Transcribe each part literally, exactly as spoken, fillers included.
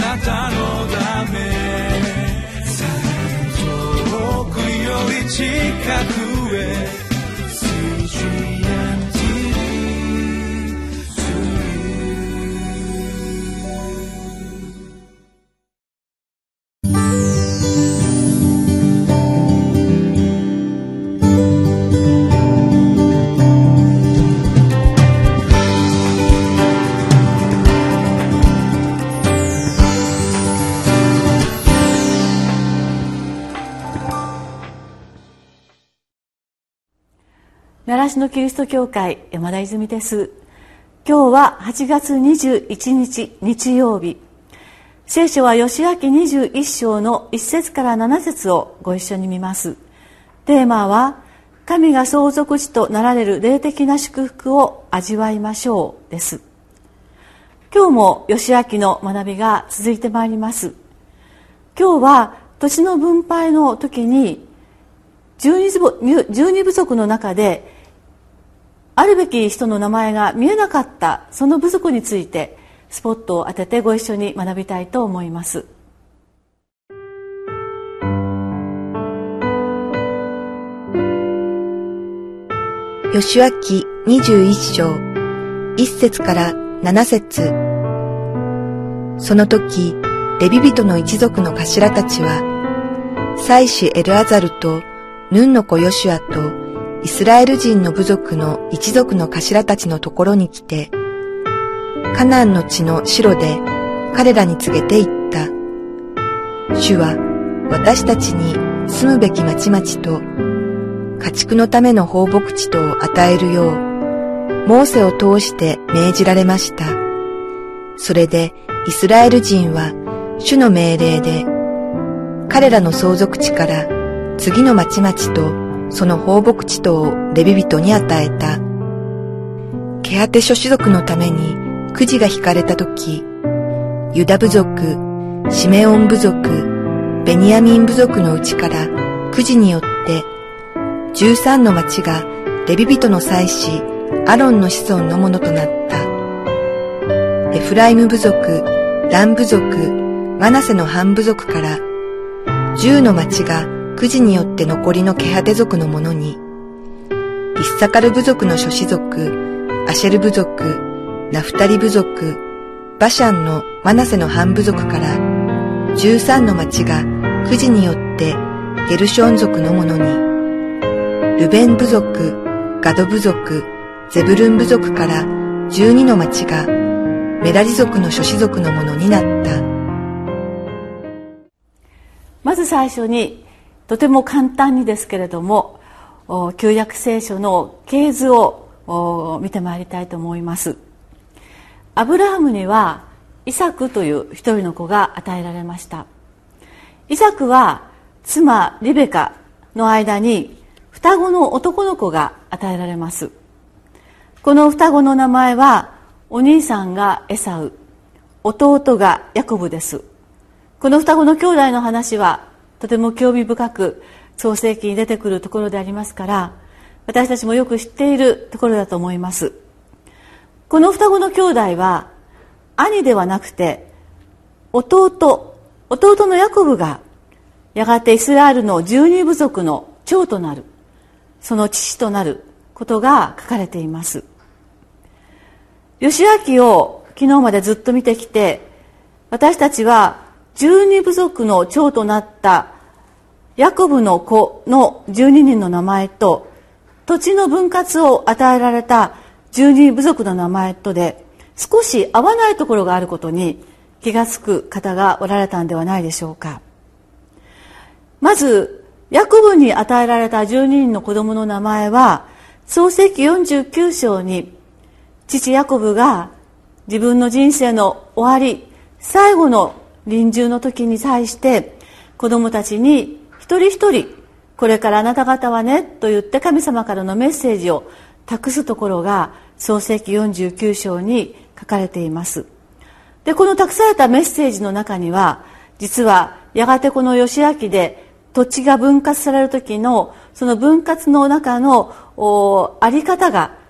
なたのため遠くより近くへ習志野キリスト教会山田泉です。今日ははちがつにじゅういちにち日曜日。聖書は義明にじゅういっしょうのいっせつからななせつをご一緒に見ます。テーマは神が相続地となられる霊的な祝福を味わいましょうです。今日も義明の学びが続いてまいります。今日は土地の分配の時に十二部族の中であるべき人の名前が見えなかったその部族についてスポットを当ててご一緒に学びたいと思います。 義明にじゅういっしょういっせつからななせつ。その時レビ人の一族の頭たちは祭司エルアザルとヌンの子ヨシュアとイスラエル人の部族の一族の頭たちのところに来て、カナンの地のシロで彼らに告げて言った。主は私たちに住むべき町々と家畜のための放牧地とを与えるよう、モーセを通して命じられました。それでイスラエル人は主の命令で、彼らの相続地から次の町々とその放牧地とをレビ人に与えた。ケハテ諸種族のためにくじが引かれたとき、ユダ部族、シメオン部族、ベニヤミン部族のうちからくじによってじゅうさんの町がレビ人の祭司アロンの子孫のものとなった。エフライム部族、ダン部族、マナセの半部族からじゅうの町がくじによって残りのケハテ族のものに、イッサカル部族の諸子族、アシェル部族、ナフタリ部族、バシャンのマナセの半部族からじゅうさんの町がくじによってゲルション族のものに、ルベン部族、ガド部族、ゼブルン部族からじゅうにの町がメラリ族の諸子族のものになった。 まず最初にとても簡単にですけれども旧約聖書の系図を見てまいりたいと思います。アブラハムにはイサクという一人の子が与えられました。イサクは妻リベカの間に双子の男の子が与えられます。この双子の名前はお兄さんがエサウ、弟がヤコブです。この双子の兄弟の話はとても興味深く創世記に出てくるところでありますから、私たちもよく知っているところだと思います。この双子の兄弟は兄ではなくて弟弟のヤコブがやがてイスラエルの十二部族の長となる、その父となることが書かれています。義明を昨日までずっと見てきて、私たちは十二部族の長となったヤコブの子の十二人の名前と土地の分割を与えられた十二部族の名前とで少し合わないところがあることに気がつく方がおられたんではないでしょうか。まずヤコブに与えられた十二人の子供の名前は創世記よんじゅうきゅうしょうに父ヤコブが自分の人生の終わり最後の臨終の時に際して子供たちに一人一人これからあなた方はねと言って神様からのメッセージを託すところが創世記よんじゅうきゅうしょうに書かれています。でこの託されたメッセージの中には実はやがてこの義明で土地が分割される時のその分割の中のあり方が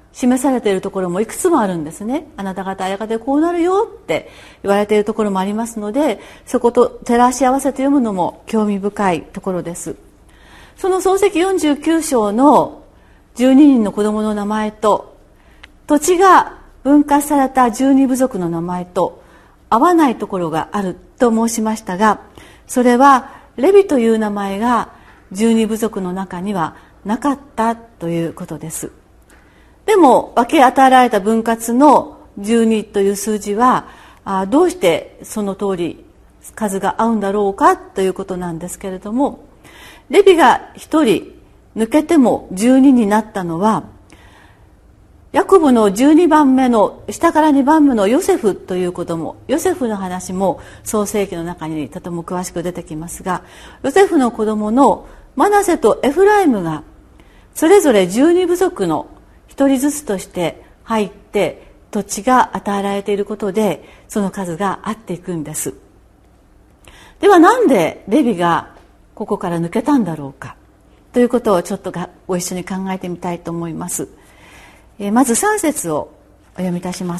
示されているところもいくつもあるんですね。あなた方やがてこうなるよって言われているところもありますので、そこと照らし合わせて読むのも興味深いところです。その創世記よんじゅうきゅう章のじゅうににんの子供の名前と、土地が分割されたじゅうに部族の名前と合わないところがあると申しましたが、それはレビという名前がじゅうに部族の中にはなかったということです。でも分け与えられた分割のじゅうにという数字はあどうしてその通り数が合うんだろうかということなんですけれども、レビがひとり抜けてもじゅうにになったのは、ヤコブのじゅうにばんめの下からにばんめのヨセフという子供、ヨセフの話も創世記の中にとても詳しく出てきますが、ヨセフの子供のマナセとエフライムがそれぞれじゅうに部族の一人ずつとして入って土地が与えられていることで、その数が合っていくんです。ではなんでレビがここから抜けたんだろうかということをちょっとご一緒に考えてみたいと思います。えまずさん節をお読みいたします。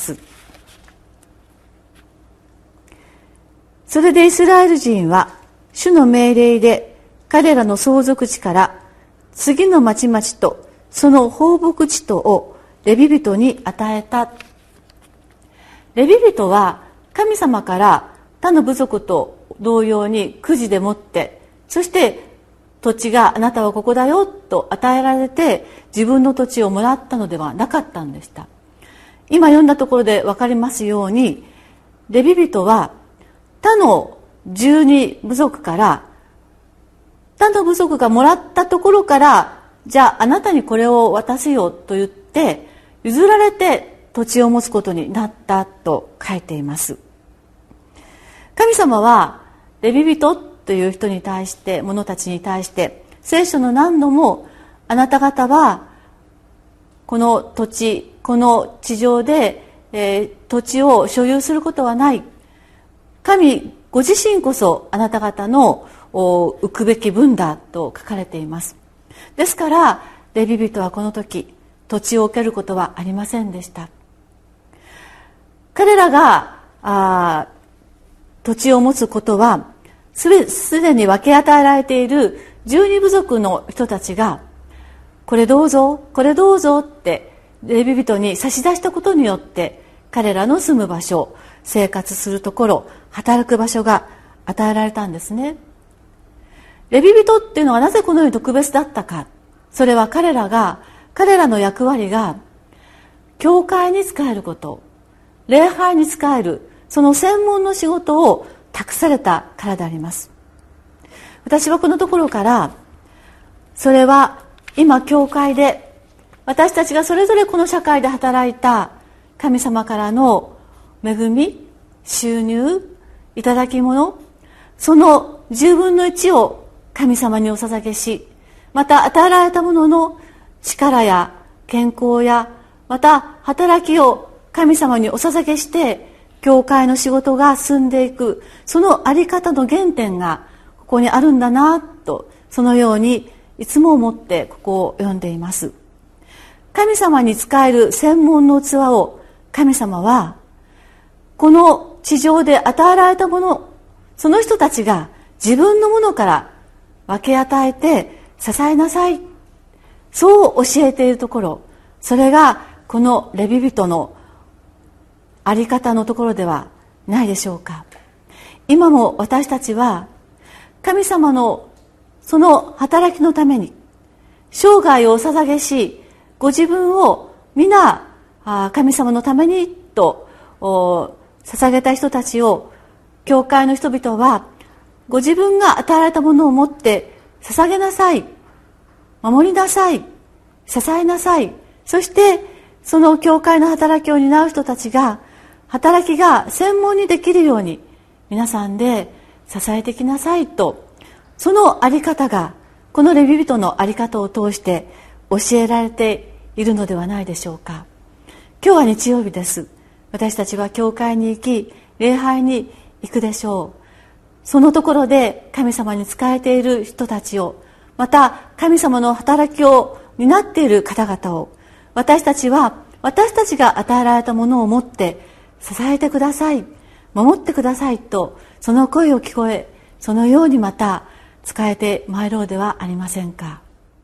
それでイスラエル人は主の命令で彼らの相続地から次の町々とその放牧地とをレビ人に与えた。レビ人は神様から他の部族と同様にくじでもって、そして土地があなたはここだよと与えられて自分の土地をもらったのではなかったんでした。今読んだところで分かりますように、レビ人は他のじゅうに部族から他の部族がもらったところから、じゃああなたにこれを渡すよと言って譲られて土地を持つことになったと書いています。神様はレビ人という人に対して、者たちに対して聖書の何度も、あなた方はこの土地、この地上で、えー、土地を所有することはない、神ご自身こそあなた方の浮くべき分だと書かれています。ですからレビ人はこの時土地を受けることはありませんでした。彼らがあ土地を持つことはすでに分け与えられているじゅうに部族の人たちが、これどうぞこれどうぞってレビ人に差し出したことによって、彼らの住む場所、生活するところ、働く場所が与えられたんですね。レビ人っていうのはなぜこのように特別だったか。それは彼らが彼らの役割が教会に仕えること、礼拝に仕える、その専門の仕事を託されたからであります。私はこのところから、それは今教会で私たちがそれぞれこの社会で働いた神様からの恵み、収入、いただき物、そのじゅうぶんのいちを神様にお捧げし、また与えられたものの力や健康やまた働きを神様にお捧げして教会の仕事が進んでいく、そのあり方の原点がここにあるんだなと、そのようにいつも思ってここを読んでいます。神様に仕える専門の器を神様はこの地上で与えられたもの、その人たちが自分のものから分け与えて支えなさい、そう教えているところ、それがこのレビ人のあり方のところではないでしょうか。今も私たちは神様のその働きのために生涯をお捧げし、ご自分を皆神様のためにと捧げた人たちを、教会の人々はご自分が与えられたものを持って捧げなさい、守りなさい、支えなさい。そしてその教会の働きを担う人たちが、働きが専門にできるように皆さんで支えてきなさいと、そのあり方がこのレビ人のあり方を通して教えられているのではないでしょうか。今日は日曜日です。私たちは教会に行き礼拝に行くでしょう。そのところで神様に仕えている人たちを、また神様の働きを担っている方々を私たちは私たちが与えられたものを持って支えてください、守ってくださいと、その声を聞こえ、そのようにまた仕えてまいろうではありませんか。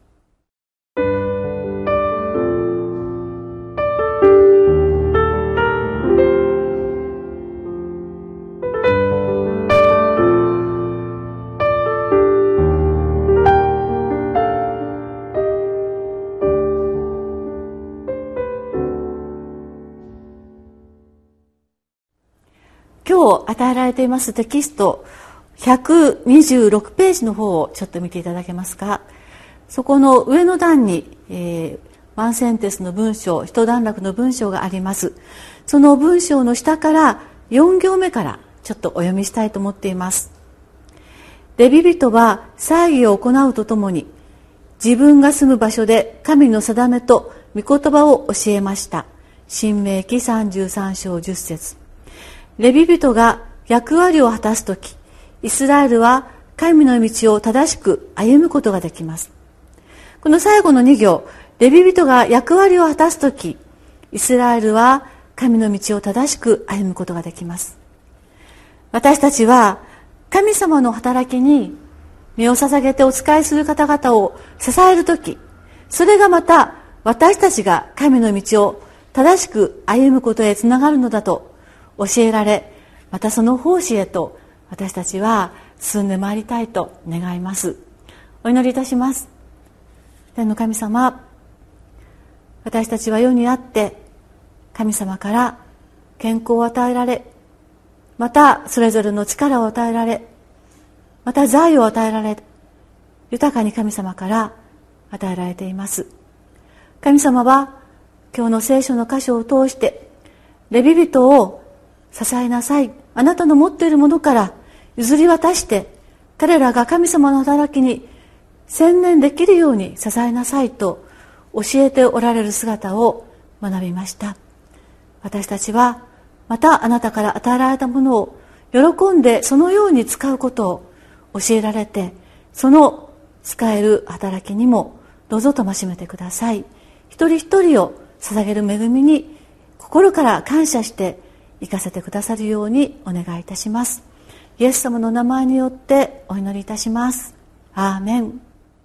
今日与えられていますテキストひゃくにじゅうろくページの方をちょっと見ていただけますか。そこの上の段に、えー、ワンセンテンスの文章、一段落の文章があります。その文章の下からよん行目からちょっとお読みしたいと思っています。レビ人は祭儀を行うとともに、自分が住む場所で神の定めと御言葉を教えました。申命記さんじゅうさん章じゅっ節。レビ人が役割を果たすとき、イスラエルは神の道を正しく歩むことができます。この最後のに行、レビ人が役割を果たすとき、イスラエルは神の道を正しく歩むことができます。私たちは神様の働きに身を捧げてお仕えする方々を支えるとき、それがまた私たちが神の道を正しく歩むことへつながるのだと教えられ、またその奉仕へと私たちは進んでまいりたいと願います。お祈りいたします。天の神様、私たちは世にあって神様から健康を与えられ、またそれぞれの力を与えられ、また財を与えられ、豊かに神様から与えられています。神様は今日の聖書の箇所を通してレビ人を支えなさい、あなたの持っているものから譲り渡して彼らが神様の働きに専念できるように支えなさいと教えておられる姿を学びました。私たちはまたあなたから与えられたものを喜んでそのように使うことを教えられて、その使える働きにもどうぞとましめてください。一人一人を捧げる恵みに心から感謝して生かせてくださるようにお願いいたします。イエス様の名前によってお祈りいたします。アーメン。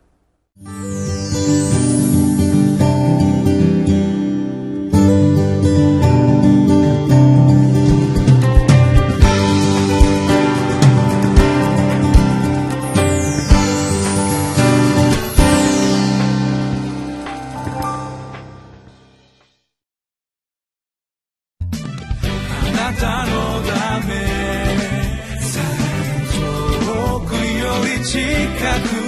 あなたのため遠くより近く